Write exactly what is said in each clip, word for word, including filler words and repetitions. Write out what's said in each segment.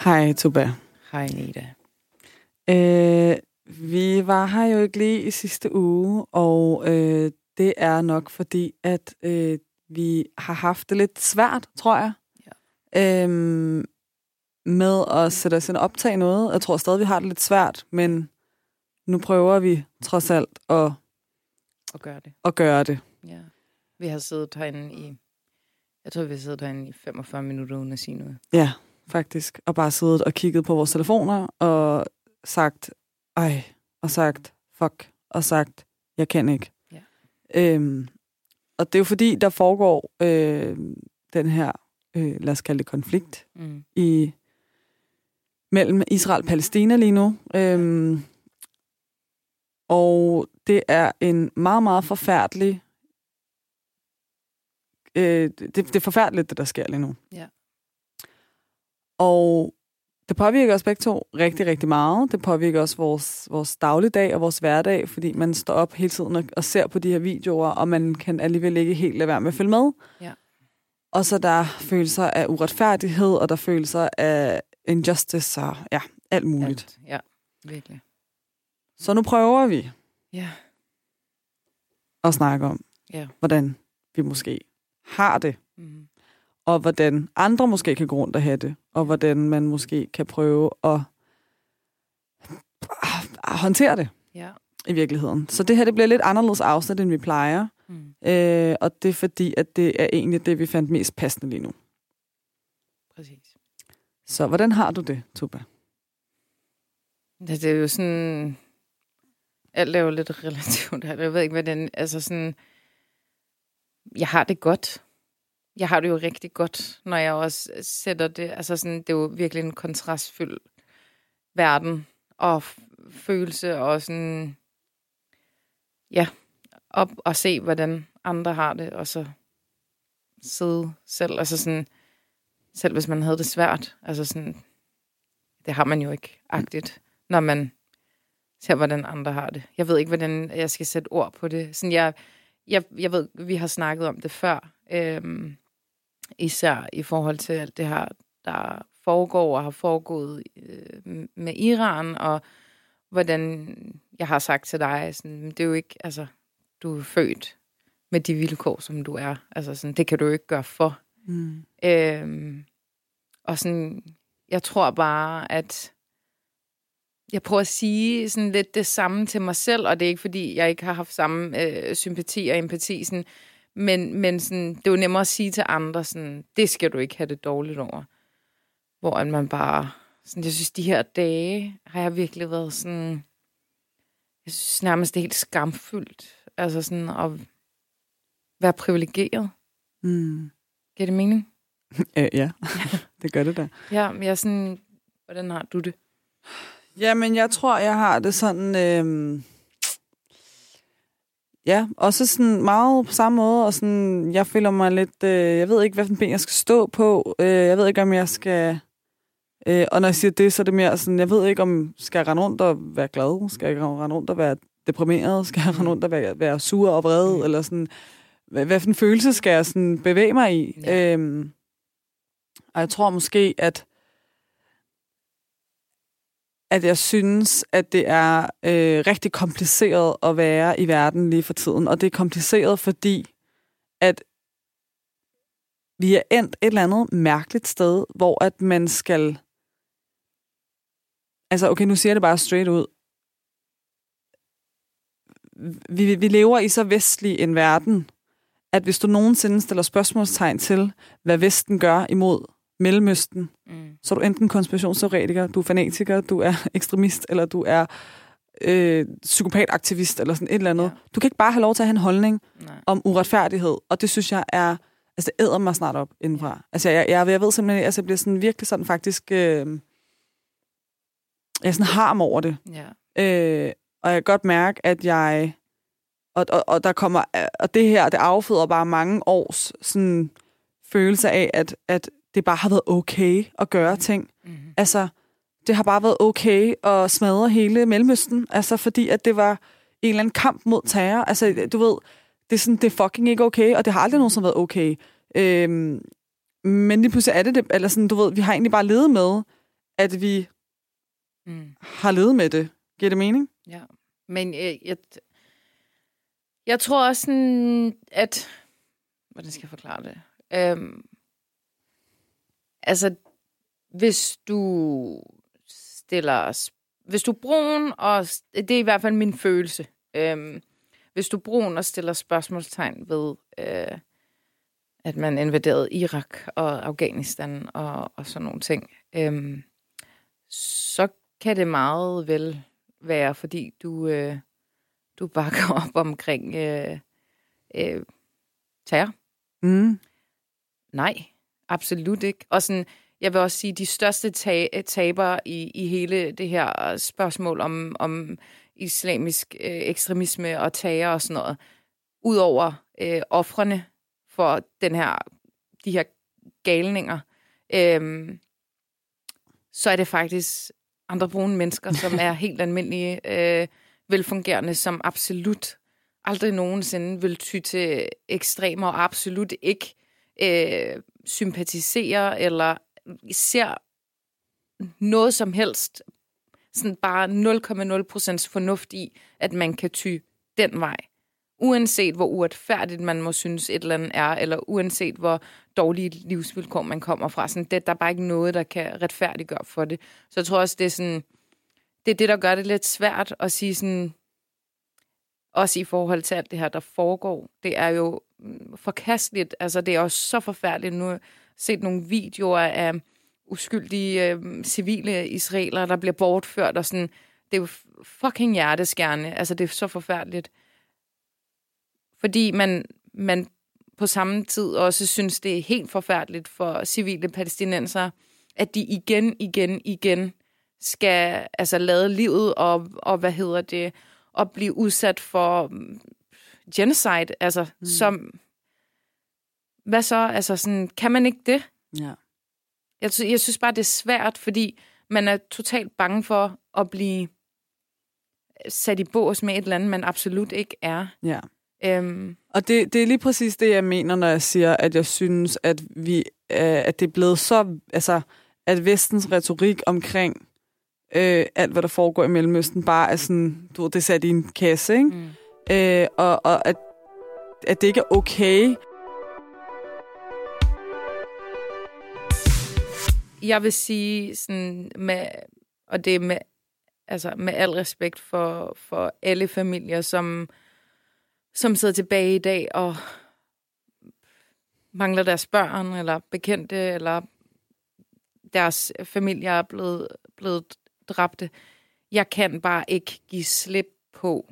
Hej, Tuba. Hej, Nida. Øh, vi var her jo ikke lige i sidste uge, og øh, det er nok fordi, at øh, vi har haft det lidt svært, tror jeg, ja. øh, med at sætte os ind og optage noget. Jeg tror stadig, vi har det lidt svært, men nu prøver vi trods alt at, at gøre det. At gøre det. Ja. Vi har siddet herinde i, jeg tror, vi har siddet herinde i femogfyrre minutter uden at sige noget. Ja, faktisk. Og bare siddet og kigget på vores telefoner og sagt, ej, og sagt, fuck, og sagt, jeg kan ikke. Ja. Øhm, og det er jo fordi, der foregår øh, den her, øh, lad os kalde det konflikt, mm. i mellem Israel og Palæstina lige nu. Øhm, og det er en meget, meget forfærdelig, øh, det, det er forfærdeligt, det der sker lige nu. Ja. Og det påvirker os begge to rigtig, rigtig meget. Det påvirker også vores, vores dagligdag og vores hverdag, fordi man står op hele tiden og, og ser på de her videoer, og man kan alligevel ikke helt lade være med at følge med. Ja. Og så der er følelser af uretfærdighed, og der er følelser af injustice og ja, alt muligt. Alt. Ja, virkelig. Så nu prøver vi ja. at snakke om, ja. hvordan vi måske har det. Mm. Og hvordan andre måske kan gå rundt og have det, og hvordan man måske kan prøve at, at håndtere det ja. i virkeligheden. Så det her det bliver lidt anderledes afsnit, end vi plejer, mm. øh, og det er fordi, at det er egentlig det, vi fandt mest passende lige nu. Præcis. Så hvordan har du det, Tuba? Det, det er jo sådan, alt er jo lidt relativt her. Jeg ved ikke, hvad den, altså sådan, jeg har det godt. Jeg har det jo rigtig godt, når jeg også sætter det, altså sådan, det er jo virkelig en kontrastfyldt verden og følelse og sådan, ja, op og se, hvordan andre har det, og så sidde selv, altså sådan, selv hvis man havde det svært, altså sådan, det har man jo ikke agtigt, når man ser, hvordan andre har det. Jeg ved ikke, hvordan jeg skal sætte ord på det. Sådan, jeg, jeg, jeg ved, vi har snakket om det før, øhm, især i forhold til alt det her, der foregår og har foregået øh, med Iran, og hvordan jeg har sagt til dig, sådan, det er jo ikke, altså, du er født med de vilkår, som du er. Altså, sådan, det kan du jo ikke gøre for. Mm. Øhm, og sådan, jeg tror bare, at jeg prøver at sige sådan lidt det samme til mig selv, og det er ikke, fordi jeg ikke har haft samme øh, sympati og empati, sådan, Men, men sådan, det er jo nemmere at sige til andre, sådan, det skal du ikke have det dårligt over. Hvor man bare, sådan, jeg synes, de her dage har jeg virkelig været sådan, jeg synes nærmest det er helt skamfyldt. Altså sådan at være privilegeret. Mm. Giver det mening? øh, ja, det gør det da. Ja, men jeg er sådan, hvordan har du det? Jamen, jeg tror, jeg har det sådan... Øh... Ja, også sådan meget på samme måde, og sådan, jeg føler mig lidt, øh, jeg ved ikke, hvilken ben jeg skal stå på, øh, jeg ved ikke, om jeg skal, øh, og når jeg siger det, så er det mere sådan, jeg ved ikke, om skal jeg rende rundt og være glad, skal jeg rende rundt og være deprimeret, skal jeg rende rundt og være, være sur og vred, mm. eller sådan, hvad, hvad for en følelse skal jeg sådan bevæge mig i? Ja. Øhm, og jeg tror måske, at at jeg synes, at det er øh, rigtig kompliceret at være i verden lige for tiden. Og det er kompliceret, fordi at vi er endt et eller andet mærkeligt sted, hvor at man skal... Altså, okay, nu siger jeg det bare straight ud. Vi, vi lever i så vestlig en verden, at hvis du nogensinde stiller spørgsmålstegn til, hvad Vesten gør imod Mellemøsten, mm. så er du enten konspirationsteoretiker, du er fanatiker, du er ekstremist, eller du er øh, psykopataktivist, eller sådan et eller andet. Ja. Du kan ikke bare have lov til at have en holdning Nej. om uretfærdighed, og det synes jeg er, altså det æder mig snart op indenfra. Ja. Altså jeg, jeg, jeg ved simpelthen, altså jeg bliver sådan virkelig sådan faktisk, øh, jeg er sådan harm over det. Ja. Øh, og jeg kan godt mærke, at jeg, og, og, og der kommer, og det her, det afføder bare mange års sådan følelse af, at, at det bare har været okay at gøre ting. Mm-hmm. Altså, det har bare været okay at smadre hele Mellemøsten, altså fordi, at det var en eller anden kamp mod terror. Altså, du ved, det er sådan, det er fucking ikke okay, og det har aldrig nogensinde været okay. Øhm, men lige pludselig er det det, eller sådan, du ved, vi har egentlig bare levet med, at vi mm. har levet med det. Giver det mening? Ja, men jeg, jeg, jeg tror også sådan, at... Hvordan skal jeg forklare det? Øhm, altså, hvis du stiller... Hvis du er brun, og det er i hvert fald min følelse, øhm, hvis du er brun og stiller spørgsmålstegn ved, øh, at man invaderede Irak og Afghanistan og, og sådan nogle ting, øhm, så kan det meget vel være, fordi du, øh, du bakker op omkring øh, øh, terror. Mm. Nej, absolut ikke. Og sådan, jeg vil også sige, de største ta- tabere i, i hele det her spørgsmål om, om islamisk øh, ekstremisme og terror og sådan noget, udover øh, ofrene for den her, de her galninger, øh, så er det faktisk andre brune mennesker, som er helt almindelige, øh, velfungerende, som absolut aldrig nogensinde vil ty til ekstremer, og absolut ikke øh, sympatiserer eller ser noget som helst, sådan bare nul komma nul procent fornuft i, at man kan ty den vej. Uanset hvor uretfærdigt man må synes et eller andet er, eller uanset hvor dårlige livsvilkår man kommer fra. Sådan, det, der er bare ikke noget, der kan retfærdiggøre for det. Så jeg tror også, det er sådan, det er det, der gør det lidt svært at sige sådan, også i forhold til alt det her, der foregår. Det er jo forkasteligt. Altså, det er også så forfærdeligt. Nu har jeg set nogle videoer af uskyldige øh, civile israelere, der bliver bortført, og sådan, det er jo fucking hjerteskærende. Altså, det er så forfærdeligt. Fordi man, man på samme tid også synes, det er helt forfærdeligt for civile palæstinensere, at de igen, igen, igen skal altså lade livet og, og hvad hedder det, og blive udsat for genocide. Altså, mm. som... Hvad så? Altså, sådan, kan man ikke det? Ja. Jeg, jeg synes bare, det er svært, fordi man er totalt bange for at blive sat i bås med et eller andet, man absolut ikke er. Ja. Øhm. Og det, det er lige præcis det, jeg mener, når jeg siger, at jeg synes, at vi øh, at det er blevet så... Altså, at vestens retorik omkring øh, alt, hvad der foregår i Mellemøsten, bare er sådan... Du ved, det er sat i en kasse, ikke? Mm. Øh, og og at, at det ikke er okay. Jeg vil sige sådan med, og det er med, altså med al respekt for, for alle familier, som, som sidder tilbage i dag og mangler deres børn, eller bekendte, eller deres familier er blevet, blevet dræbte. Jeg kan bare ikke give slip på,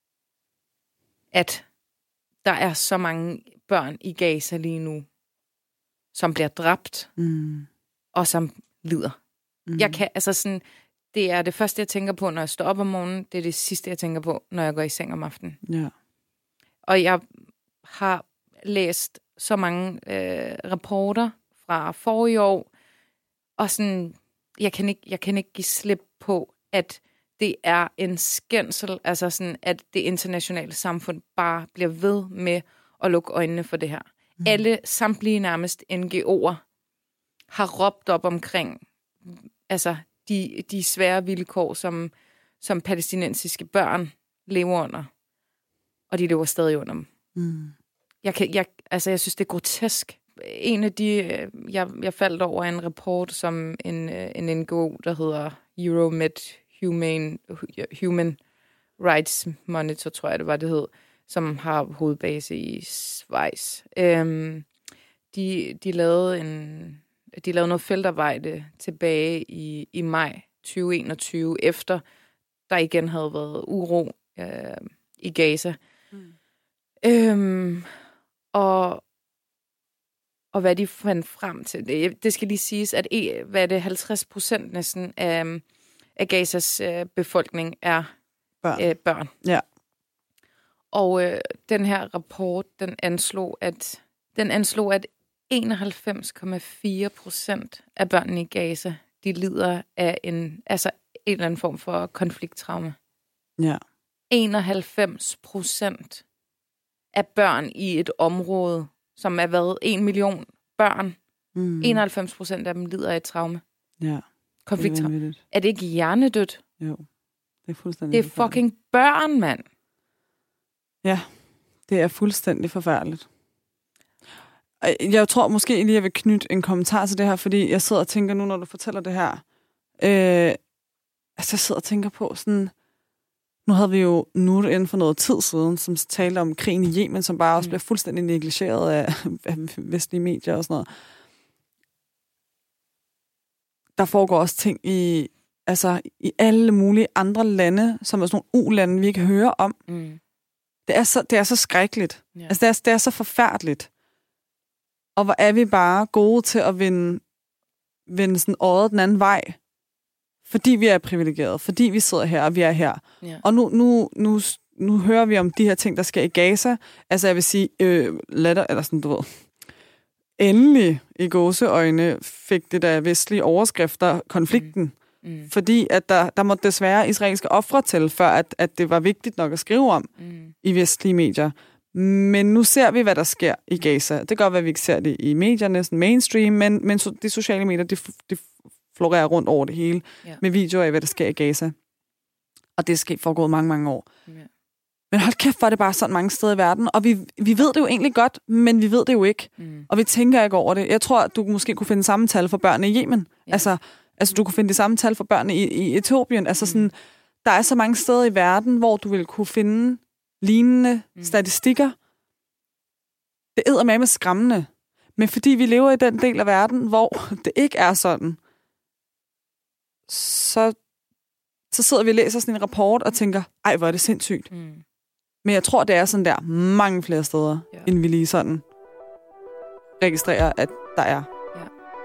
at der er så mange børn i Gaza lige nu, som bliver dræbt, mm. og som lider. Mm. Jeg kan, altså sådan, det er det første, jeg tænker på, når jeg står op om morgenen. Det er det sidste, jeg tænker på, når jeg går i seng om aftenen. Ja. Og jeg har læst så mange øh, rapporter fra forrige år, og sådan, jeg kan ikke, jeg kan ikke give slip på, at det er en skændsel, altså sådan, at det internationale samfund bare bliver ved med at lukke øjnene for det her. Mm. Alle, samtlige nærmest N G O'er, har råbt op omkring altså de, de svære vilkår, som, som palæstinensiske børn lever under. Og de lever stadig under dem. Mm. Jeg, kan, jeg, altså, jeg synes, det er grotesk. En af de, jeg, jeg faldt over en rapport, som en, en N G O, der hedder Euromed Humane, Human Rights Monitor, tror jeg det var, det hed, som har hovedbase i Schweiz. Øhm, de, de lavede en... De lavede noget feltarbejde tilbage i, i maj tyve enogtyve, efter der igen havde været uro øh, i Gaza. Mm. Øhm, og, og hvad de fandt frem til. Det, det skal lige siges, at e, hvad er det, halvtreds procent næsten af, af Gazas øh, befolkning er børn. Øh, børn. Ja. Og øh, den her rapport, den anslog, at den anslog, at enoghalvfems komma fire procent af børnene i Gaza, de lider af en, altså en eller anden form for konflikttraume. Ja. enoghalvfems procent af børn i et område, som er været en million børn, mm. enoghalvfems procent af dem lider af et traume. Ja. konflikter. Det er, er det ikke hjernedødt? Jo, det er fuldstændig Det er fucking børn, mand. Ja, det er fuldstændig forfærdeligt. Jeg tror måske lige, jeg vil knytte en kommentar til det her, fordi jeg sidder og tænker nu, når du fortæller det her. Øh, altså, jeg sidder og tænker på sådan... Nu havde vi jo nu inden for noget tid siden, som talte om krigen i Yemen, som bare også mm. bliver fuldstændig negligeret af, af vestlige medier og sådan noget. Der foregår også ting i, altså, i alle mulige andre lande, som er sådan nogle u-lande, vi ikke hører om. Mm. Det, er så, det er så skrækkeligt. Yeah. Altså, det er, det er så forfærdeligt. Og hvor er vi bare gode til at vende, vende sådan øjet den anden vej. Fordi vi er privilegerede, fordi vi sidder her, og vi er her. Yeah. Og nu, nu, nu, nu hører vi om de her ting, der sker i Gaza. Altså, jeg vil sige, øh, latter, eller sådan, du ved, endelig i gåseøjne fik det der vestlige overskrifter konflikten. Mm. Mm. Fordi at der, der måtte desværre israelske ofre til, før at, at det var vigtigt nok at skrive om mm. i vestlige medier. Men nu ser vi, hvad der sker i Gaza. Det kan godt være, at vi ikke ser det i medierne, sådan mainstream, men, men de sociale medier, de, de florerer rundt over det hele, yeah. med videoer af, hvad der sker i Gaza. Og det er sket foregået mange, mange år. Yeah. Men hold kæft, hvor er det bare sådan mange steder i verden. Og vi, vi ved det jo egentlig godt, men vi ved det jo ikke. Mm. Og vi tænker ikke over det. Jeg tror, at du måske kunne finde samme tal for børnene i Yemen. Yeah. Altså, altså, du kunne finde de samme tal for børnene i, i Etiopien. Altså, mm. sådan, der er så mange steder i verden, hvor du vil kunne finde lignende mm. statistikker. Det æder med med skræmmende. Men fordi vi lever i den del af verden, hvor det ikke er sådan, så, så sidder vi og læser sådan en rapport og tænker, ej, hvor er det sindssygt. Mm. Men jeg tror, det er sådan der mange flere steder, ja. end vi lige sådan registrerer, at der er. Ja.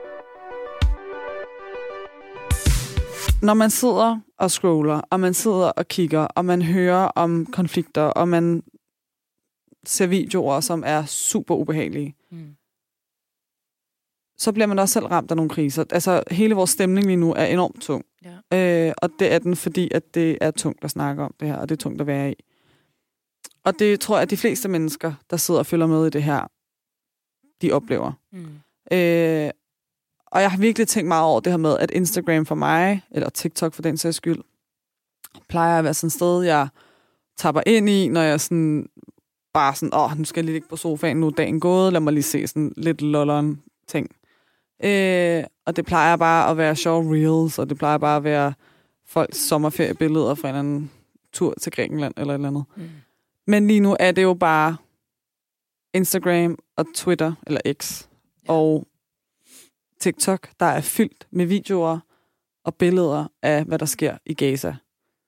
Når man sidder og scroller, og man sidder og kigger, og man hører om konflikter, og man ser videoer, som er super ubehagelige, mm. så bliver man også selv ramt af nogle kriser. Altså, hele vores stemning lige nu er enormt tung. Ja. Øh, og det er den, fordi at det er tungt at snakke om det her, og det er tungt at være i. Og det tror jeg, at de fleste mennesker, der sidder og følger med i det her, de oplever. Mm. Øh, og jeg har virkelig tænkt meget over det her med, at Instagram for mig, eller TikTok for den sags skyld, plejer at være sådan et sted, jeg tapper ind i, når jeg sådan bare sådan, åh, nu skal jeg lige ligge på sofaen, nu er dagen gået, lad mig lige se sådan lidt lolleren ting. Øh, og det plejer bare at være sjove reels, og det plejer bare at være folks sommerferiebilleder fra en anden tur til Grækenland, eller et eller andet. Mm. Men lige nu er det jo bare Instagram og Twitter, eller X, ja. og TikTok, der er fyldt med videoer og billeder af, hvad der sker i Gaza.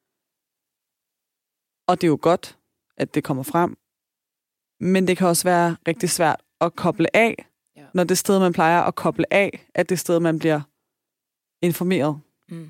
Og det er jo godt, at det kommer frem, men det kan også være rigtig svært at koble af, ja. når det sted, man plejer at koble af, at det sted, man bliver informeret. Mm.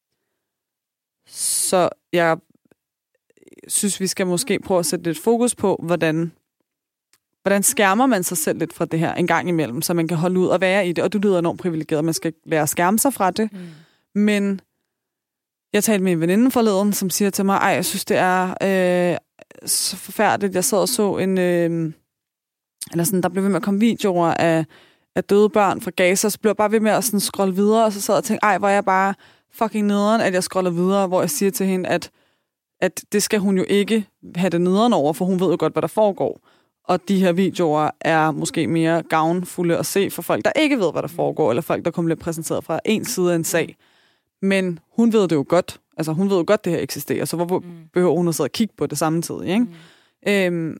Så jeg synes, vi skal måske prøve at sætte lidt fokus på, hvordan, hvordan skærmer man sig selv lidt fra det her en gang imellem, så man kan holde ud og være i det. Og du lyder enormt privilegeret, man skal lære at skærme sig fra det. Mm. Men jeg talte med en veninde forleden, som siger til mig, ej, jeg synes, det er øh, så forfærdeligt. Jeg sad og så en... Øh, eller sådan, der blev ved med at komme videoer af, af døde børn fra Gaza, så blev jeg bare ved med at sådan scrolle videre, og så sad jeg og tænkte, ej, hvor er jeg bare fucking nederen, at jeg scroller videre, hvor jeg siger til hende, at at det skal hun jo ikke have det nederen over, for hun ved jo godt, hvad der foregår. Og de her videoer er måske mere gavnfulde at se for folk, der ikke ved, hvad der foregår, eller folk, der kommer lidt præsenteret fra en side af en sag. Men hun ved det jo godt. Altså, hun ved jo godt, det her eksisterer, så hvorfor mm. behøver hun at sidde og kigge på det samtidig, ikke? Mm. Øhm,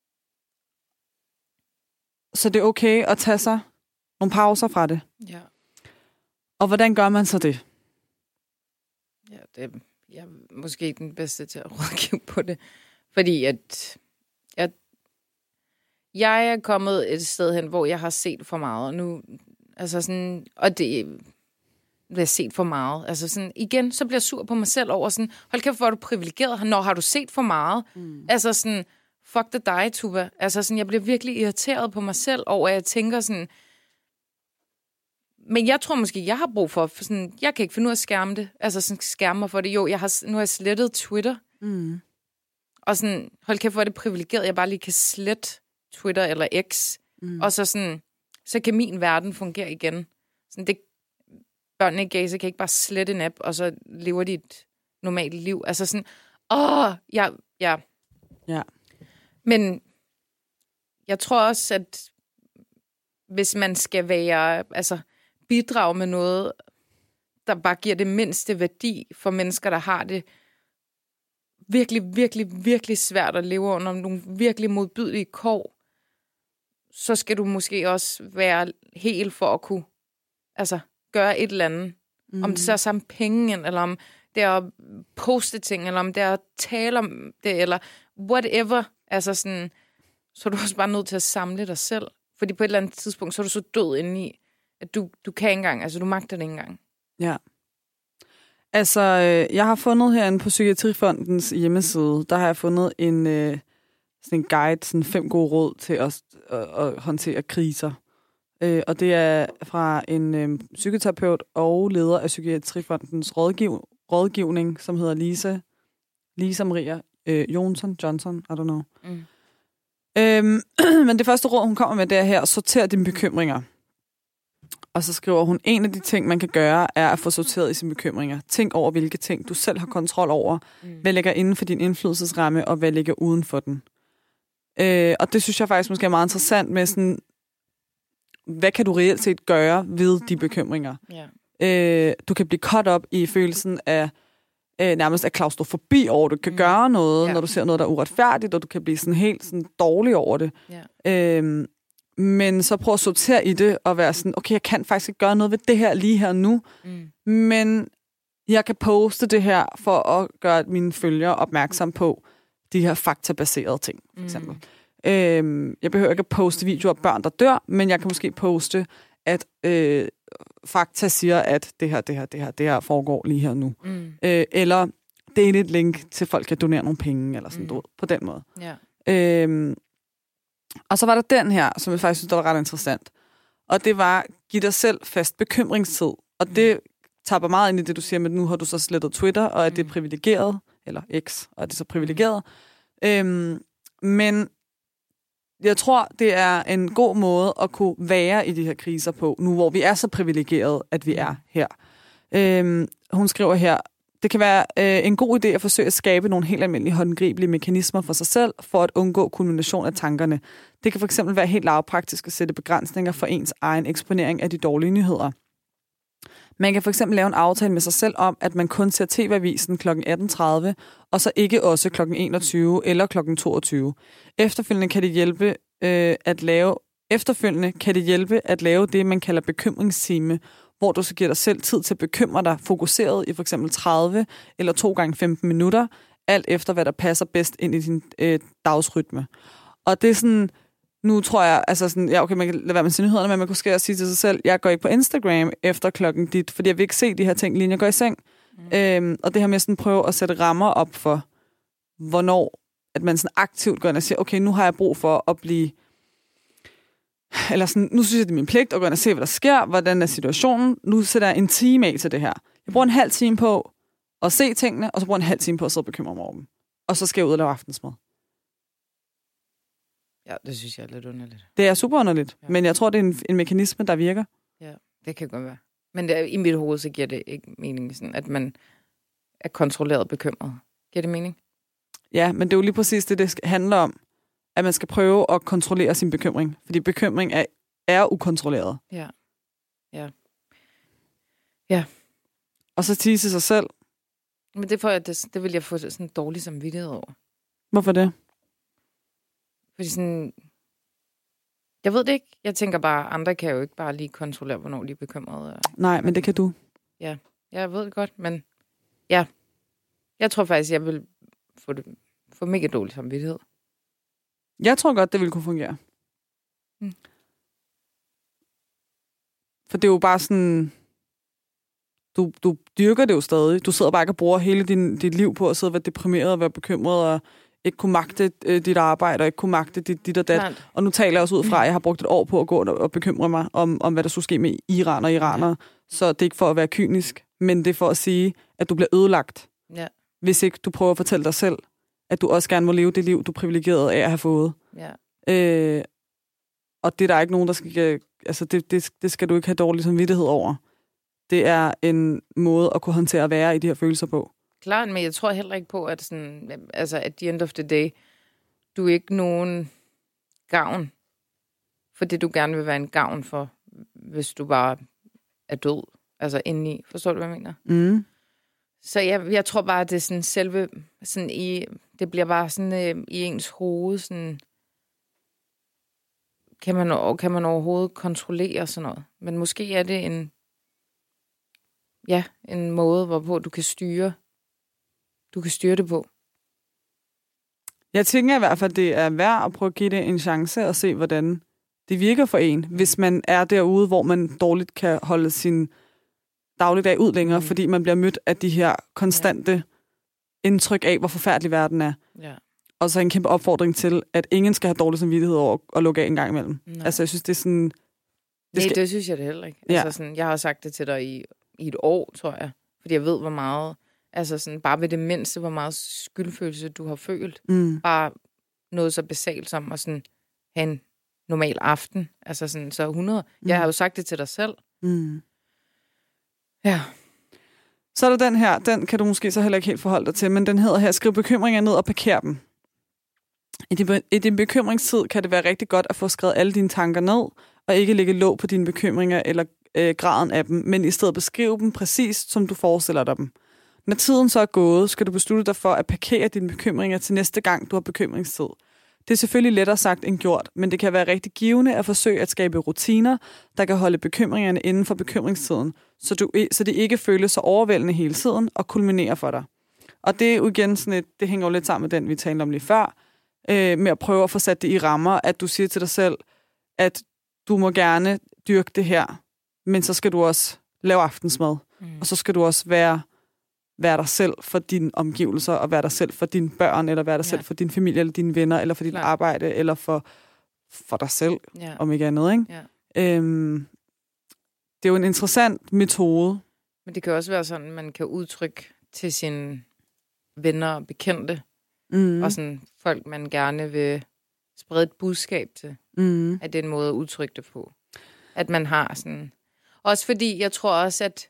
så det er okay at tage sig nogle pauser fra det. Ja. Og hvordan gør man så det? Ja, det jeg er måske ikke den bedste til at rådgive på det. Fordi at jeg, jeg er kommet et sted hen, hvor jeg har set for meget. Og nu, altså sådan, og det bliver set for meget. Altså sådan, igen, så bliver jeg sur på mig selv over sådan, hold kæft, hvor er du privilegeret. Når har du set for meget? Mm. Altså sådan, fuck det dig, Tuba. Altså sådan, jeg bliver virkelig irriteret på mig selv over, at jeg tænker sådan, men jeg tror måske, jeg har brug for, for sådan, jeg kan ikke finde ud af at skærme det. Altså sådan, skærme mig for det. Jo, jeg har, nu har jeg slettet Twitter. Mm. Og sådan, hold kæft, hvor er det privilegeret, jeg bare lige kan slette Twitter eller X. Mm. Og så sådan, så kan min verden fungere igen. Sådan, det, børnene i Gaza kan ikke bare slette en app, og så lever de et normalt liv. Altså sådan, åh, ja, ja. Ja. Men jeg tror også, at hvis man skal være, altså bidrage med noget, der bare giver det mindste værdi for mennesker, der har det virkelig, virkelig, virkelig svært at leve under nogle virkelig modbydelige kår, så skal du måske også være helt for at kunne altså, gøre et eller andet. Mm. Om det så er samme penge, eller om det er at poste ting, eller om det er at tale om det, eller whatever. Altså sådan, så er du også bare nødt til at samle dig selv. Fordi på et eller andet tidspunkt, så er du så død indeni, at du, du kan ikke engang, altså du magter det ikke engang. Ja. Altså, øh, jeg har fundet herinde på Psykiatrifondens hjemmeside, der har jeg fundet en, øh, sådan en guide, sådan fem gode råd til at, at, at håndtere kriser. Øh, og det er fra en øh, psykoterapeut og leder af Psykiatrifondens rådgiv, rådgivning, som hedder Lisa, Lisa Maria øh, Jonsson, Johnson, I don't know. Mm. Øhm, men det første råd, hun kommer med, det er her, sorter dine bekymringer. Og så skriver hun, en af de ting, man kan gøre, er at få sorteret i sine bekymringer. Tænk over, hvilke ting du selv har kontrol over. Mm. Hvad ligger inden for din indflydelsesramme, og hvad ligger uden for den. Øh, og det synes jeg faktisk måske er meget interessant med sådan, hvad kan du reelt set gøre ved de bekymringer? Yeah. Øh, du kan blive caught up i følelsen af øh, nærmest af klaustrofobi over, du kan mm. gøre noget, yeah. når du ser noget, der er uretfærdigt, og du kan blive sådan helt sådan dårlig over det. Yeah. Øh, Men så prøv at sortere i det og være sådan, okay, jeg kan faktisk ikke gøre noget ved det her lige her nu, mm. men jeg kan poste det her for at gøre mine følgere opmærksom på de her faktabaserede ting, for eksempel. Mm. Øhm, jeg behøver ikke at poste videoer af børn, der dør, men jeg kan måske poste, at øh, fakta siger, at det her, det her, det her, det her foregår lige her nu. Mm. Øh, eller dele et link til folk kan donere nogle penge, eller sådan mm. noget, på den måde. Yeah. Øhm, Og så var der den her, som jeg faktisk synes, der var ret interessant. Og det var, giv dig selv fast bekymringstid. Og det tapper meget ind i det, du siger, men nu har du så slettet Twitter, og er det privilegeret, eller X, og er det så privilegeret. Øhm, men jeg tror, det er en god måde at kunne være i de her kriser på, nu hvor vi er så privilegerede, at vi er her. Øhm, hun skriver her, det kan være øh, en god idé at forsøge at skabe nogle helt almindelige håndgribelige mekanismer for sig selv, for at undgå kulmination af tankerne. Det kan fx være helt lavpraktisk at sætte begrænsninger for ens egen eksponering af de dårlige nyheder. Man kan fx lave en aftale med sig selv om, at man kun ser T V-avisen klokken atten tredive, og så ikke også klokken enogtyve eller klokken toogtyve. Efterfølgende kan det hjælpe øh, at lave efterfølgende kan det hjælpe at lave det, man kalder bekymringstime, hvor du så giver dig selv tid til at bekymre dig fokuseret i for eksempel tredive eller to gange femten minutter, alt efter hvad der passer bedst ind i din øh, dagsrytme. Og det er sådan, nu tror jeg, altså sådan, ja okay, man kan lade være med sine nyhederne, men man kunne skære sige til sig selv, jeg går ikke på Instagram efter klokken dit, fordi jeg vil ikke se de her ting, lige jeg går i seng. Mm. Øhm, og det her med sådan prøve at sætte rammer op for, hvornår at man sådan aktivt går ind og siger, okay, nu har jeg brug for at blive eller sådan, nu synes jeg, det er min pligt at gå ind og se, hvad der sker, hvordan er situationen. Nu sætter jeg en time af til det her. Jeg bruger en halv time på at se tingene, og så bruger jeg en halv time på at sidde og bekymre mig over dem. Og så skal jeg ud og lave aftensmad. Ja, det synes jeg er lidt underligt. Det er super underligt, ja. Men jeg tror, det er en, en mekanisme, der virker. Ja, det kan godt være. Men det, i mit hoved, så giver det ikke mening, sådan, at man er kontrolleret bekymret. Giver det mening? Ja, men det er jo lige præcis det, det handler om. At man skal prøve at kontrollere sin bekymring. Fordi bekymring er, er ukontrolleret. Ja. Ja. Ja. Og så tige til sig selv. Men det, får jeg, det, det vil jeg få sådan en dårlig samvittighed over. Hvorfor det? Fordi sådan... Jeg ved det ikke. Jeg tænker bare, andre kan jo ikke bare lige kontrollere, hvornår de er bekymrede. Nej, men det kan du. Ja, jeg ved det godt, men... Ja. Jeg tror faktisk, jeg vil få, det, få mega dårlig samvittighed. Jeg tror godt, det ville kunne fungere. Mm. For det er jo bare sådan... Du, du dyrker det jo stadig. Du sidder bare ikke og bruger hele din, dit liv på at sidde og være deprimeret og være bekymret og ikke kunne magte øh, dit arbejde og ikke kunne magte dit, dit og dat. Nej. Og nu taler jeg også ud fra, at jeg har brugt et år på at gå og bekymre mig om, om hvad der skulle ske med Iran og iranere. Ja. Så det er ikke for at være kynisk, men det er for at sige, at du bliver ødelagt. Ja. Hvis ikke du prøver at fortælle dig selv, at du også gerne må leve det liv, du er privilegeret af at have fået. Ja. Øh, og det er der ikke nogen, der skal... Altså, det, det, det skal du ikke have dårlig samvittighed over. det er en måde at kunne håndtere at være i de her følelser på. Klart, men jeg tror heller ikke på, at sådan, altså at the end of the day, du er ikke nogen gavn for det, du gerne vil være en gavn for, hvis du bare er død. Altså indeni. Forstår du, hvad jeg mener? Mm. Så jeg, jeg tror bare, at det er sådan selve, sådan i, det bliver bare sådan øh, i ens hoved, sådan, kan man, kan man overhovedet kontrollere sådan noget. Men måske er det en, ja, en måde, hvorpå du kan styre, du kan styre det på. Jeg tænker i hvert fald, det er værd at prøve at give det en chance og se, hvordan det virker for en, hvis man er derude, hvor man dårligt kan holde sin dagligdag ud længere, mm. fordi man bliver mødt af de her konstante ja. indtryk af, hvor forfærdelig verden er. Ja. Og så en kæmpe opfordring til, at ingen skal have dårlig samvittighed over at lukke af en gang imellem. Nej. Altså, jeg synes, det er sådan... Det Nej, skal... det synes jeg det heller ikke. Ja. Altså, sådan, jeg har sagt det til dig i, i et år, tror jeg. Fordi jeg ved, hvor meget... Altså, sådan, bare ved det mindste, hvor meget skyldfølelse du har følt. Mm. Bare noget så basalt som at sådan, have en normal aften. Altså, sådan, så hundrede... Mm. Jeg har jo sagt det til dig selv. Mm. Ja. Så er der den her, den kan du måske så heller ikke helt forholde dig til, men den hedder her, skriv bekymringer ned og parker dem. I din, I din bekymringstid kan det være rigtig godt at få skrevet alle dine tanker ned, og ikke lægge låg på dine bekymringer eller øh, graden af dem, men i stedet beskrive dem præcis, som du forestiller dig dem. Når tiden så er gået, skal du beslutte dig for at parkere dine bekymringer til næste gang, du har bekymringstid. Det er selvfølgelig lettere sagt end gjort, men det kan være rigtig givende at forsøge at skabe rutiner, der kan holde bekymringerne inden for bekymringstiden, så, du, så det ikke føles så overvældende hele tiden og kulminerer for dig. Og det er jo igen sådan et, det hænger jo lidt sammen med den, vi talte om lige før, øh, med at prøve at få sat det i rammer, at du siger til dig selv, at du må gerne dyrke det her, men så skal du også lave aftensmad, mm. og så skal du også være... være dig selv for dine omgivelser, og være dig selv for dine børn, eller være dig ja. selv for din familie, eller dine venner, eller for dit Klar. arbejde, eller for, for dig selv, ja. om ikke andet. Ikke? Ja. Øhm, det er jo en interessant metode. Men det kan også være sådan, man kan udtrykke til sine venner og bekendte, mm. og sådan folk, man gerne vil sprede et budskab til, mm. at det er en måde at udtrykke det på. At man har sådan... Også fordi, jeg tror også, at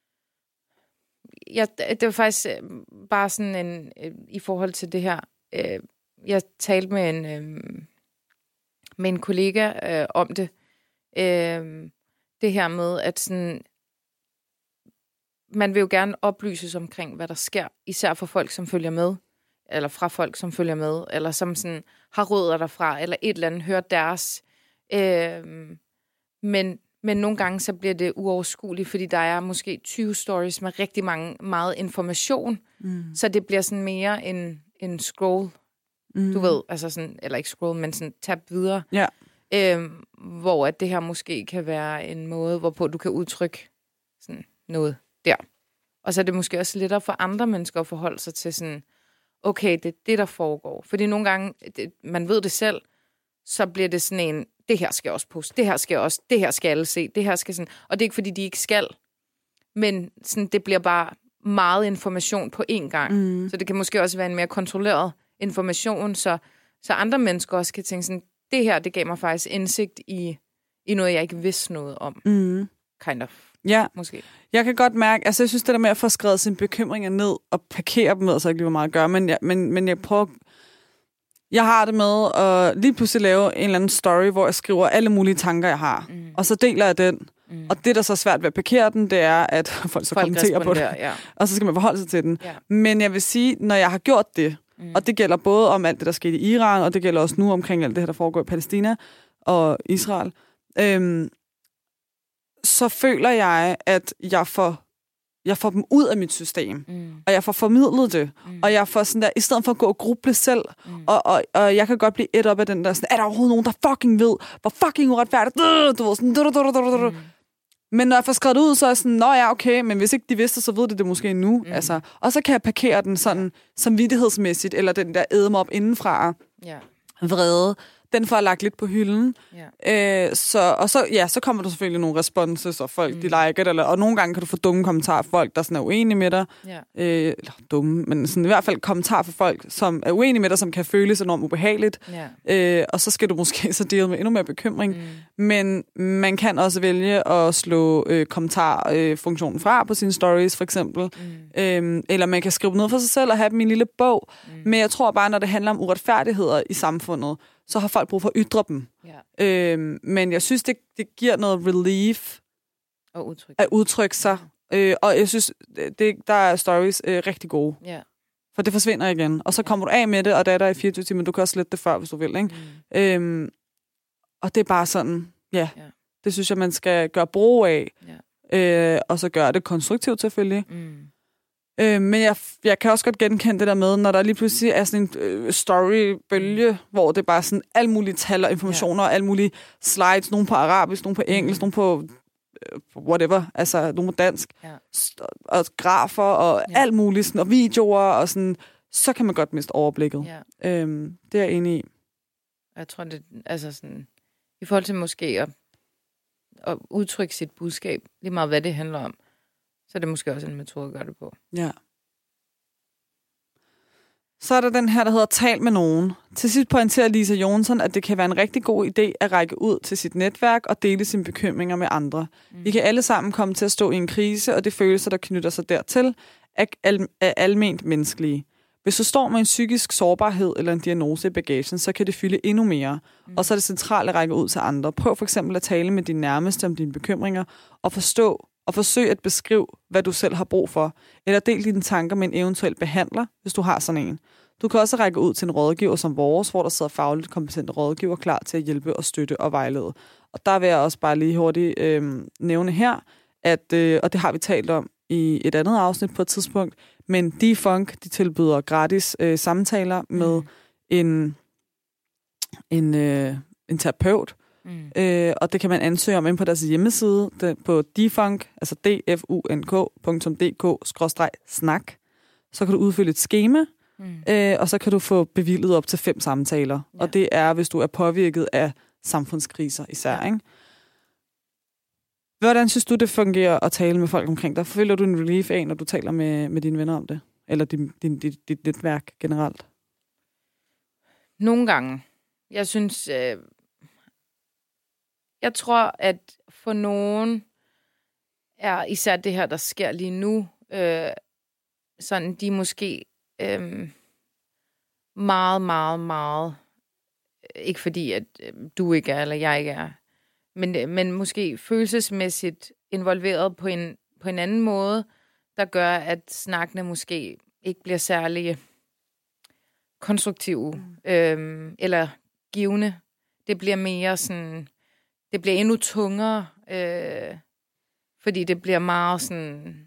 Jeg, det var faktisk bare sådan en, i forhold til det her, øh, jeg talte med en, øh, med en kollega øh, om det, øh, det her med, at sådan, man vil jo gerne oplyses omkring, hvad der sker, især for folk, som følger med, eller fra folk, som følger med, eller som sådan har rødder derfra, eller et eller andet, hører deres, øh, men Men nogle gange så bliver det uoverskueligt, fordi der er måske tyve stories med rigtig mange, meget information. Mm. Så det bliver sådan mere en, en scroll, mm. du ved, altså sådan, eller ikke scroll, men sådan tab videre. Ja. Øhm, hvor at det her måske kan være en måde, hvorpå du kan udtrykke sådan noget der. Og så er det måske også lettere for andre mennesker at forholde sig til sådan, okay, det er det, der foregår. Fordi nogle gange, det, man ved det selv, så bliver det sådan en, det her skal også poste, det her skal også, det her skal alle se, det her skal sådan, og det er ikke fordi, de ikke skal, men sådan, det bliver bare meget information på én gang. Mm. Så det kan måske også være en mere kontrolleret information, så, så andre mennesker også kan tænke sådan, det her, det gav mig faktisk indsigt i, i noget, jeg ikke vidste noget om. Mm. Kind of. Ja, måske. Jeg kan godt mærke, altså jeg synes det der med at få skrevet sine bekymringer ned og parkere dem med, så ikke lige hvor meget at gøre, men jeg, men, men jeg prøver Jeg har det med at lige pludselig lave en eller anden story, hvor jeg skriver alle mulige tanker, jeg har. Mm. Og så deler jeg den. Mm. Og det, der så er svært ved at parkere den, det er, at folk så folk kommenterer på det. Ja. Og så skal man forholde sig til den. Ja. Men jeg vil sige, når jeg har gjort det, mm. og det gælder både om alt det, der skete i Iran, og det gælder også nu omkring alt det her, der foregår i Palæstina og Israel, øhm, så føler jeg, at jeg får Jeg får dem ud af mit system, mm. og jeg får formidlet det, mm. og jeg får sådan der, i stedet for at gå og gruble selv, mm. og, og, og jeg kan godt blive et op af den der, sådan, er der overhovedet nogen, der fucking ved, hvor fucking uretfærdigt, du ved, sådan, du, du, du, du, du. Mm. Men når jeg får skrevet det ud, så er jeg sådan, nå ja, okay, men hvis ikke de vidste, så ved de det måske nu, mm. altså, og så kan jeg parkere den sådan, samvittighedsmæssigt, eller den der æde mig op indenfra, yeah. vrede, den får jeg lagt lidt på hylden. Ja. Øh, så, og så, ja, så kommer der selvfølgelig nogle responses, og folk, mm. de liker det, eller, og nogle gange kan du få dumme kommentarer fra folk, der sådan er uenige med dig. Ja. Øh, eller dumme, men sådan, i hvert fald kommentarer fra folk, som er uenige med dig, som kan føles enormt ubehageligt. Ja. Øh, og så skal du måske så dele med endnu mere bekymring. Mm. Men man kan også vælge at slå øh, kommentarfunktionen øh, fra på sine stories, for eksempel. Mm. Øh, eller man kan skrive noget for sig selv og have dem i en lille bog. Mm. Men jeg tror bare, når det handler om uretfærdigheder i samfundet, så har folk brug for at ytre dem. Ja. Øh, men jeg synes, det, det giver noget relief og udtryk. at udtrykke sig. Øh, og jeg synes, det, der er stories øh, rigtig gode. Ja. For det forsvinder igen. Og så kommer du af med det, og det er der i fireogtyve timer. Du kan også slette det før, hvis du vil. Ikke? Mm. Øhm, og det er bare sådan, ja, ja, det synes jeg, man skal gøre brug af. Ja. Øh, og så gøre det konstruktivt selvfølgelig. Mm. Øh, men jeg, jeg kan også godt genkende det der med, når der lige pludselig er sådan en øh, storybølge, mm. hvor det er bare sådan alle mulige tal og informationer, ja. Og alle mulige slides, nogle på arabisk, nogle på engelsk, mm. nogle på whatever, altså nogle på dansk, ja. Og grafer og ja. Alt muligt, sådan, og videoer, og sådan, så kan man godt miste overblikket. Ja. Øhm, det er jeg enig i. Jeg tror, det altså sådan, i forhold til måske at, at udtrykke sit budskab, lige meget hvad det handler om, så er det måske også en metode at gøre det på. Ja. Så er der den her, der hedder Tal med nogen. Til sidst pointerer Lisa Jonsson, at det kan være en rigtig god idé at række ud til sit netværk og dele sine bekymringer med andre. Mm. Vi kan alle sammen komme til at stå i en krise, og det følelser, der knytter sig dertil, er, al- er alment menneskelige. Hvis du står med en psykisk sårbarhed eller en diagnose i bagagen, så kan det fylde endnu mere. Mm. Og så er det centralt at række ud til andre. Prøv for eksempel at tale med dine nærmeste om dine bekymringer, og forstå og forsøg at beskrive, hvad du selv har brug for, eller del dine tanker med en eventuel behandler, hvis du har sådan en. Du kan også række ud til en rådgiver som vores, hvor der sidder fagligt kompetente rådgiver klar til at hjælpe og støtte og vejlede. Og der vil jeg også bare lige hurtigt øh, nævne her, at, øh, og det har vi talt om i et andet afsnit på et tidspunkt, men Defunk, de tilbyder gratis øh, samtaler med mm. en, en, øh, en terapeut, Mm. Øh, og det kan man ansøge om ind på deres hjemmeside den, på defunk, altså d f u n k punktum d k skråstreg snak. Så kan du udfylde et skema, mm. øh, og så kan du få bevilget op til fem samtaler. Ja. Og det er, hvis du er påvirket af samfundskriser især. Ja. Ikke? Hvordan synes du, det fungerer at tale med folk omkring dig? Føler du en relief af, når du taler med, med dine venner om det? Eller din, din, dit, dit netværk generelt? Nogle gange. Jeg synes... Øh Jeg tror, at for nogen er især det her, der sker lige nu, øh, sådan de måske øh, meget, meget, meget, ikke fordi, at du ikke er, eller jeg ikke er, men, men måske følelsesmæssigt involveret på en, på en anden måde, der gør, at snakkene måske ikke bliver særlig konstruktive mm. øh, eller givende. Det bliver mere sådan... Det bliver endnu tungere, øh, fordi det bliver meget sådan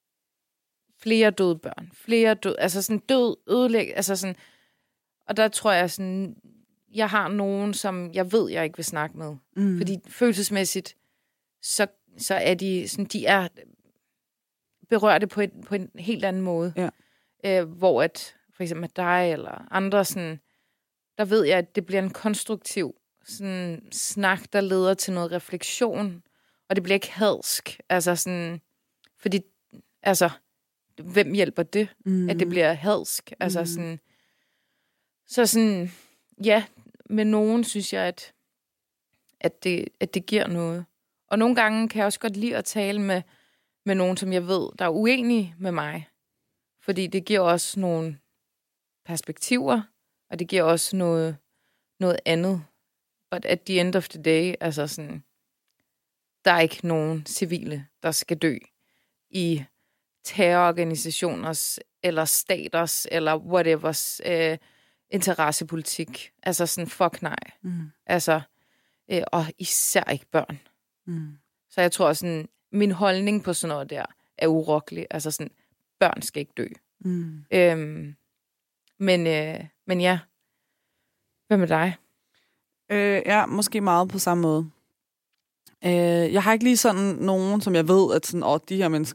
flere døde børn, flere døde, altså sådan død, ødelæg, altså sådan, og der tror jeg sådan, jeg har nogen, som jeg ved, jeg ikke vil snakke med, mm. fordi følelsesmæssigt, så, så er de sådan, de er berørte på, et, på en helt anden måde, ja. øh, hvor at, for eksempel med dig eller andre sådan, der ved jeg, at det bliver en konstruktiv sådan snak, der leder til noget refleksion, og det bliver ikke hadsk. Altså sådan, fordi, altså, hvem hjælper det, mm. at det bliver hadsk? Altså mm. sådan, så sådan, ja, med nogen synes jeg, at, at, det, at det giver noget. Og nogle gange kan jeg også godt lide at tale med, med nogen, som jeg ved, der er uenige med mig. Fordi det giver også nogle perspektiver, og det giver også noget, noget andet. But at the end of the day, altså sådan, der er ikke nogen civile, der skal dø i terrororganisationers, eller staters, eller whatevers øh, interessepolitik. Altså sådan, fuck nej. Mm. Altså, øh, og især ikke børn. Mm. Så jeg tror sådan, min holdning på sådan noget der, er urokkelig. Altså sådan, børn skal ikke dø. Mm. Øhm, men, øh, men ja, hvad med dig? Øh, ja, måske meget på samme måde. Øh, jeg har ikke lige sådan nogen, som jeg ved, at sådan, åh, de her mennesker,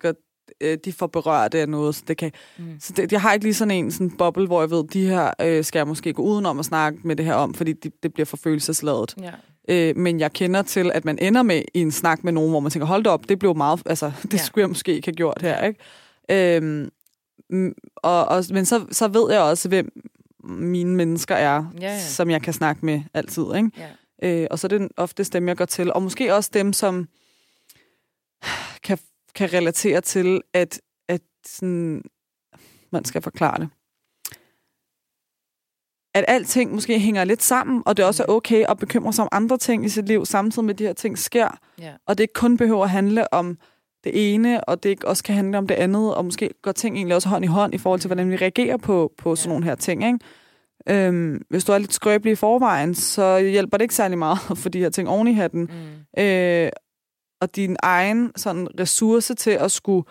øh, de får berørt af noget. Så, det kan, mm. så det, jeg har ikke lige sådan en sådan boble, hvor jeg ved, de her øh, skal jeg måske gå udenom og snakke med det her om, fordi de, det bliver for følelsesladet. Ja. Øh, men jeg kender til, at man ender med i en snak med nogen, hvor man tænker, hold da op, det blev meget, altså det ja. skulle jeg måske ikke have gjort her, ikke? Øhm, og, og, men så, så ved jeg også, hvem mine mennesker er, ja, ja. som jeg kan snakke med altid, ikke? Ja. Øh, og så er det oftest dem, jeg går til. Og måske også dem, som kan, kan relatere til, at, at sådan, man skal forklare det. At alting måske hænger lidt sammen, og det også er okay at bekymre sig om andre ting i sit liv, samtidig med, at de her ting sker. Ja. Og det ikke kun behøver at handle om det ene, og det ikke også kan handle om det andet, og måske går ting egentlig også hånd i hånd i forhold til, hvordan vi reagerer på, på sådan ja. nogle her ting, ikke? Øhm, hvis du er lidt skrøbelig i forvejen, så hjælper det ikke særlig meget for de her ting oven i hatten. Mm. Øh, og din egen sådan, ressource til at skulle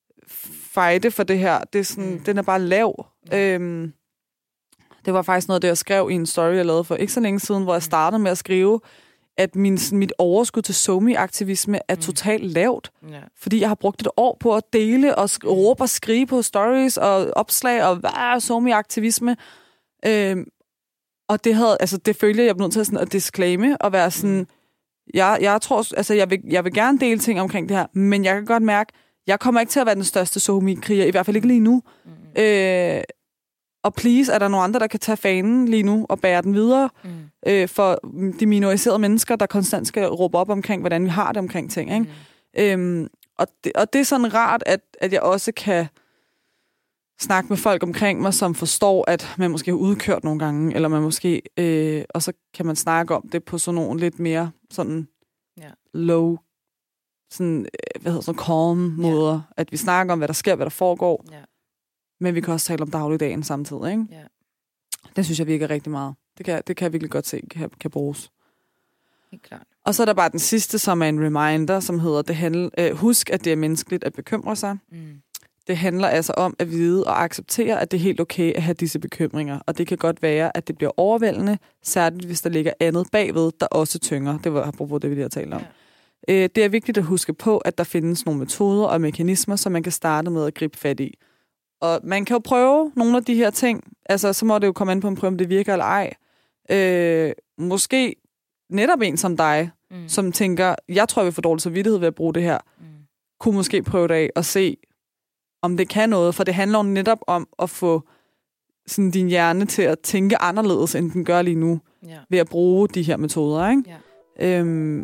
fighte for det her, det er sådan, mm. den er bare lav. Mm. Øhm, det var faktisk noget af det, jeg skrev i en story, jeg lavede for ikke så længe siden, hvor jeg startede med at skrive, at min, mit overskud til SoMe-aktivisme er mm. totalt lavt. Yeah. Fordi jeg har brugt et år på at dele og sk- råbe og skrige på stories og opslag og hvad er SoMe-aktivisme. Øhm, og det havde, altså det følte jeg, jeg blev nødt til sådan at disclaime og være sådan, mm. jeg, jeg tror, altså jeg vil, jeg vil gerne dele ting omkring det her, men jeg kan godt mærke, jeg kommer ikke til at være den største SoMe-kriger, i hvert fald ikke lige nu. Mm. Øh, og please, er der nogen andre, der kan tage fanen lige nu og bære den videre mm. øh, for de minoriserede mennesker, der konstant skal råbe op omkring, hvordan vi har det omkring ting, ikke? Mm. Øhm, og, det, og det er sådan rart, at, at jeg også kan snakke med folk omkring mig, som forstår, at man måske har udkørt nogle gange, eller man måske, øh, og så kan man snakke om det på sådan nogle lidt mere sådan yeah. low, sådan, hvad hedder sådan, calm måder, yeah. at vi snakker om, hvad der sker, hvad der foregår, yeah. men vi kan også tale om dagligdagen samtidig, ikke? Yeah. Det synes jeg virker rigtig meget. Det kan, det kan jeg virkelig godt se, kan, kan bruges. Helt klart. Og så er der bare den sidste, som er en reminder, som hedder, det handler, øh, husk, at det er menneskeligt at bekymre sig. Mm. Det handler altså om at vide og acceptere, at det er helt okay at have disse bekymringer. Og det kan godt være, at det bliver overvældende, særligt hvis der ligger andet bagved, der også tynger. Det var apropos det, vi lige har talt om. Ja. Det er vigtigt at huske på, at der findes nogle metoder og mekanismer, som man kan starte med at gribe fat i. Og man kan jo prøve nogle af de her ting. Altså, så må det jo komme an på en prøve, om det virker eller ej. Øh, måske netop en som dig, mm. som tænker, jeg tror, vi får dårlig samvittighed ved at bruge det her. Mm. Kunne måske prøve det af og se, om det kan noget, for det handler jo netop om at få sådan, din hjerne til at tænke anderledes, end den gør lige nu, ja. ved at bruge de her metoder, ikke? Ja. Øhm,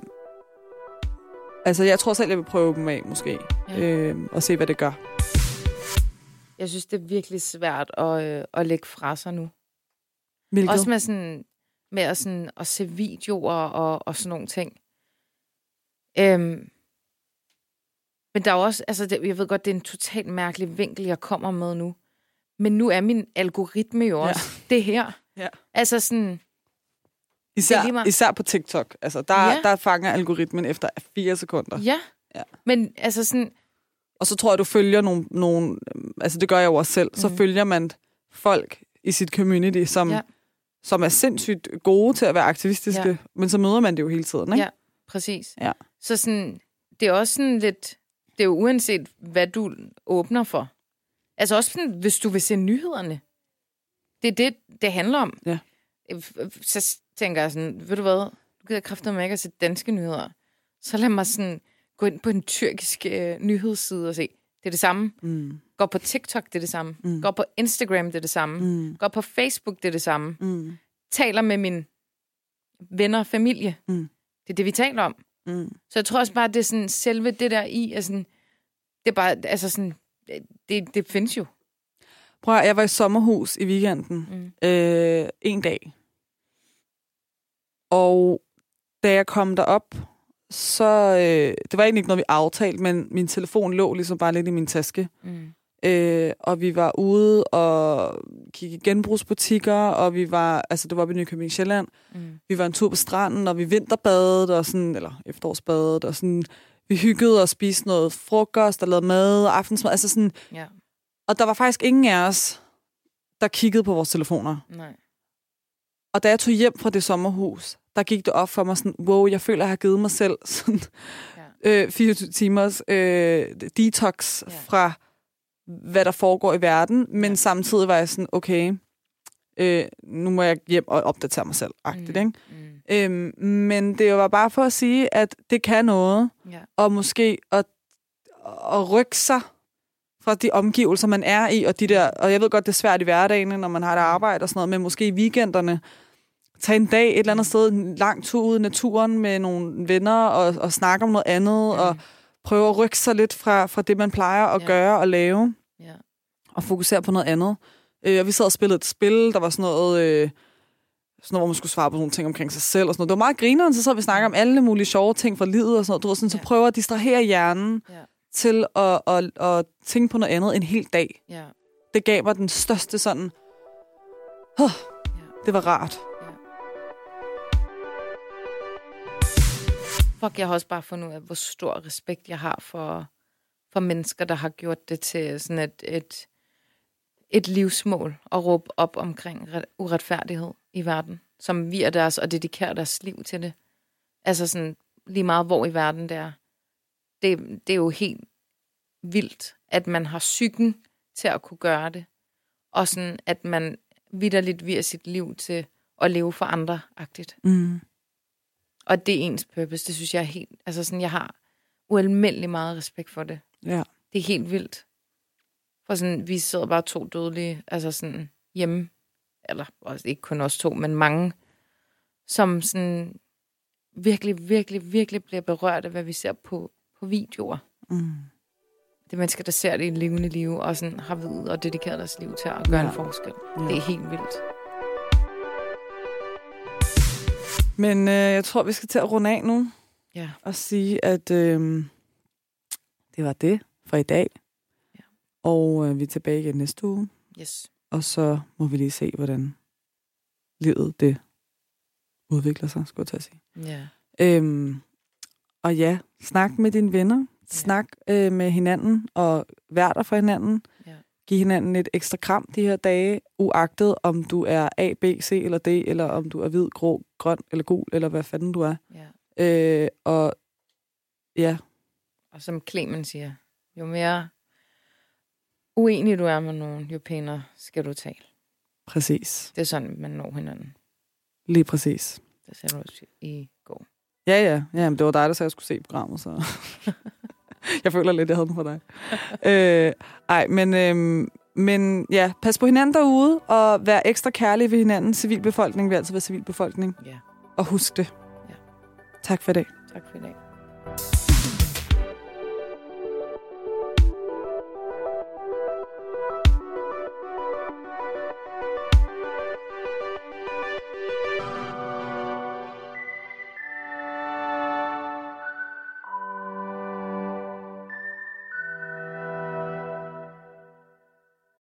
altså, jeg tror selv, jeg vil prøve dem af, måske, ja. øhm, og se, hvad det gør. Jeg synes, det er virkelig svært at, øh, at lægge fra sig nu. Hvilket? Også med, sådan, med at, sådan, at se videoer og, og sådan nogle ting. Øhm, Men der er også, altså det, jeg ved godt, det er en totalt mærkelig vinkel, jeg kommer med nu. Men nu er min algoritme jo også ja. det her. Ja. Altså sådan... Især, især på TikTok. Altså, der, ja. der fanger algoritmen efter fire sekunder. Ja. ja. Men altså sådan... Og så tror jeg, du følger nogle... nogle altså, det gør jeg jo også selv. Mm. Så følger man folk i sit community, som, ja. som er sindssygt gode til at være aktivistiske. Ja. Men så møder man det jo hele tiden, ikke? Ja, præcis. Ja. Så sådan... Det er også sådan lidt... Det er jo uanset, hvad du åbner for. Altså også sådan, hvis du vil se nyhederne. Det er det, det handler om. Ja. Så tænker jeg sådan, ved du hvad, du gider kraftedeme ikke at se danske nyheder. Så lad mig sådan gå ind på en tyrkisk øh, nyhedsside og se. Det er det samme. Mm. Gå på TikTok, det er det samme. Mm. Gå på Instagram, det er det samme. Mm. Gå på Facebook, det er det samme. Mm. Taler med mine venner og familie. Mm. Det er det, vi taler om. Mm. Så jeg tror også bare, at det er sådan, selve det der i, altså, det er bare, altså sådan, det, det findes jo. Prøv at, jeg var i sommerhus i weekenden, mm. øh, en dag. Og da jeg kom derop, så, øh, det var egentlig ikke noget, vi aftalte, men min telefon lå ligesom bare lidt i min taske. Mm. Øh, og vi var ude og kigge i genbrugsbutikker, og vi var, altså det var ved Nykøbing Sjælland. Mm. Vi var en tur på stranden, og vi vinterbadet, og sådan, eller efterårsbadet, og sådan, vi hyggede og spiste noget frokost, og lavede mad og aftensmad, altså sådan. Yeah. Og der var faktisk ingen af os, der kiggede på vores telefoner. Nej. Og da jeg tog hjem fra det sommerhus, der gik det op for mig sådan, wow, jeg føler, jeg har givet mig selv sådan, øh, fireogtyve timers øh, detox ja. fra, hvad der foregår i verden, men ja. samtidig var jeg sådan, okay, øh, nu må jeg hjem og opdatere mig selv, agtigt, mm. ikke? Mm. Øhm, men det var bare for at sige, at det kan noget, ja. og måske at, at rykke sig fra de omgivelser, man er i, og de der, og jeg ved godt, det er svært i hverdagen, når man har et arbejde og sådan noget, men måske i weekenderne, tage en dag et eller andet sted, en lang tur ud i naturen med nogle venner, og, og snakke om noget andet, mm. og prøve at rykke sig lidt fra, fra det, man plejer at yeah. gøre og lave, yeah. og fokusere på noget andet. Øh, og vi sad og spillede et spil, der var sådan noget, øh, sådan noget, hvor man skulle svare på nogle ting omkring sig selv, og sådan noget. Det var meget grineren, så sad vi snakke om alle mulige sjove ting fra livet, og sådan noget. Du ved, sådan, så yeah. prøver at distrahere hjernen, yeah. til at, at, at tænke på noget andet en hel dag. Yeah. Det gav mig den største sådan, huh, yeah. det var rart. Fuck, jeg har også bare fundet ud af, hvor stor respekt jeg har for, for mennesker, der har gjort det til sådan et, et, et livsmål at råbe op omkring uretfærdighed i verden, som virer deres og dedikerer deres liv til det. Altså sådan lige meget hvor i verden det er. Det, det er jo helt vildt, at man har psyken til at kunne gøre det, og sådan, at man vitterligt virer sit liv til at leve for andre-agtigt. Mm. Og det er ens purpose, det synes jeg er helt... Altså sådan, jeg har ualmindelig meget respekt for det. Ja. Det er helt vildt. For sådan, vi sidder bare to dødelige, altså sådan hjemme, eller også ikke kun os to, men mange, som sådan virkelig, virkelig, virkelig bliver berørt af, hvad vi ser på, på videoer. Mm. Det er mennesker, der ser det i levende liv, og sådan har videt og dedikeret deres liv til at gøre ja. en forskel. Ja. Det er helt vildt. Men øh, jeg tror, vi skal til at runde af nu. Ja. Og sige, at øh, det var det for i dag. Ja. Og øh, vi er tilbage igen næste uge. Yes. Og så må vi lige se, hvordan livet det udvikler sig, skulle jeg til at sige. Ja. Øhm, og ja, snak med dine venner. Ja. Snak øh, med hinanden og vær der for hinanden. Ja. Giv hinanden et ekstra kram de her dage, uagtet om du er A, B, C eller D, eller om du er hvid, grå, grøn eller gul, eller hvad fanden du er. Ja. Øh, og ja. Og som Clemen siger, jo mere uenig du er med nogen, jo pænere skal du tale. Præcis. Det er sådan, man når hinanden. Lige præcis. Det sagde du også i går. Ja, ja. ja men det var dig, der sagde, at jeg skulle se programmet, så... Jeg føler lidt, jeg havde den for dig. øh, ej, men, øh, men ja, pas på hinanden derude, og vær ekstra kærlig ved hinanden. Civilbefolkning vil altid være civilbefolkning. Ja. Og husk det. Ja. Tak for i dag. Tak for i dag.